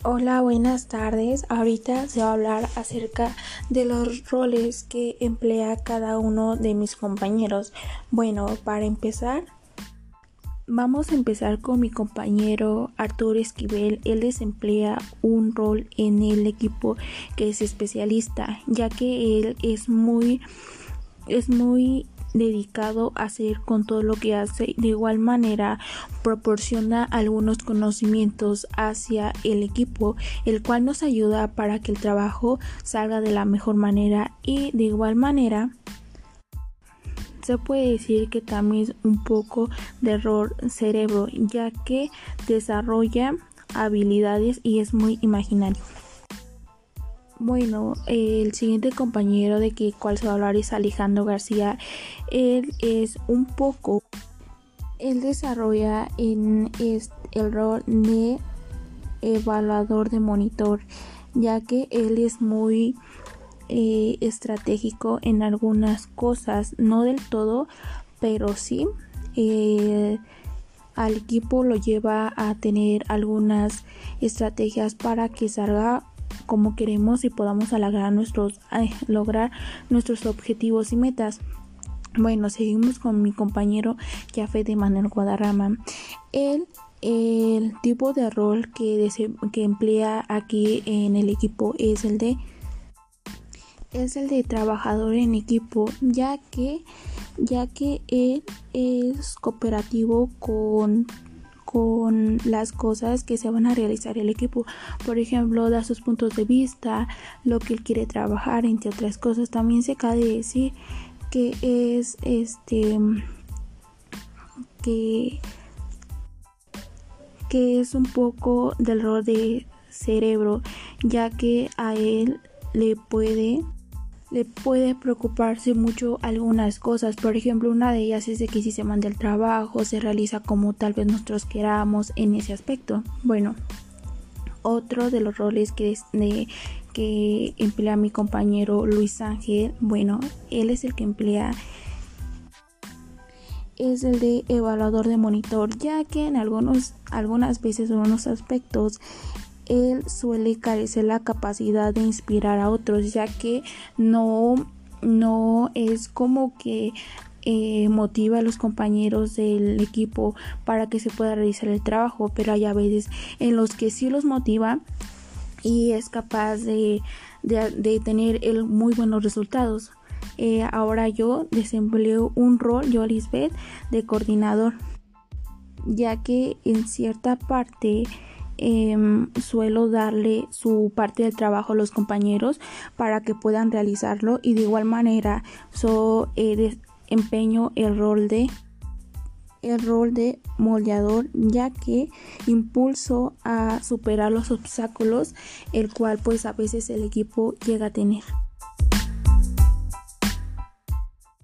Hola, buenas tardes. Ahorita se va a hablar acerca de los roles que emplea cada uno de mis compañeros. Bueno, para empezar, vamos a empezar con mi compañero Arturo Esquivel. Él desemplea un rol en el equipo que es especialista, ya que él es muy dedicado a hacer con todo lo que hace. De igual manera proporciona algunos conocimientos hacia el equipo, el cual nos ayuda para que el trabajo salga de la mejor manera, y de igual manera se puede decir que también es un poco de error cerebro, ya que desarrolla habilidades y es muy imaginario. Bueno, el siguiente compañero de que cual se va a hablar es Alejandro García. Él desarrolla el rol de evaluador de monitor, ya que él es muy estratégico en algunas cosas, no del todo, pero sí. Al equipo lo lleva a tener algunas estrategias para que salga como queremos y podamos lograr nuestros objetivos y metas. Bueno, seguimos con mi compañero Jafet Emanuel Guadarrama. El tipo de rol que emplea aquí en el equipo es el de trabajador en equipo, ya que él es cooperativo con las cosas que se van a realizar el equipo. Por ejemplo, da sus puntos de vista, lo que él quiere trabajar, entre otras cosas. También se cabe decir que es un poco del rol de cerebro, ya que a él le puede preocuparse mucho algunas cosas. Por ejemplo, una de ellas es de que si se manda el trabajo se realiza como tal vez nosotros queramos en ese aspecto. Bueno, otro de los roles que emplea mi compañero Luis Ángel, bueno, él es el que emplea es el de evaluador de monitor, ya que en algunas veces en unos aspectos él suele carecer la capacidad de inspirar a otros, ya que no es como que motiva a los compañeros del equipo para que se pueda realizar el trabajo, pero hay a veces en los que sí los motiva y es capaz de tener muy buenos resultados. Ahora yo desempleo un rol, yo Lisbeth, de coordinador, ya que en cierta parte suelo darle su parte del trabajo a los compañeros para que puedan realizarlo, y de igual manera empeño el rol de moldeador, ya que impulso a superar los obstáculos el cual pues a veces el equipo llega a tener.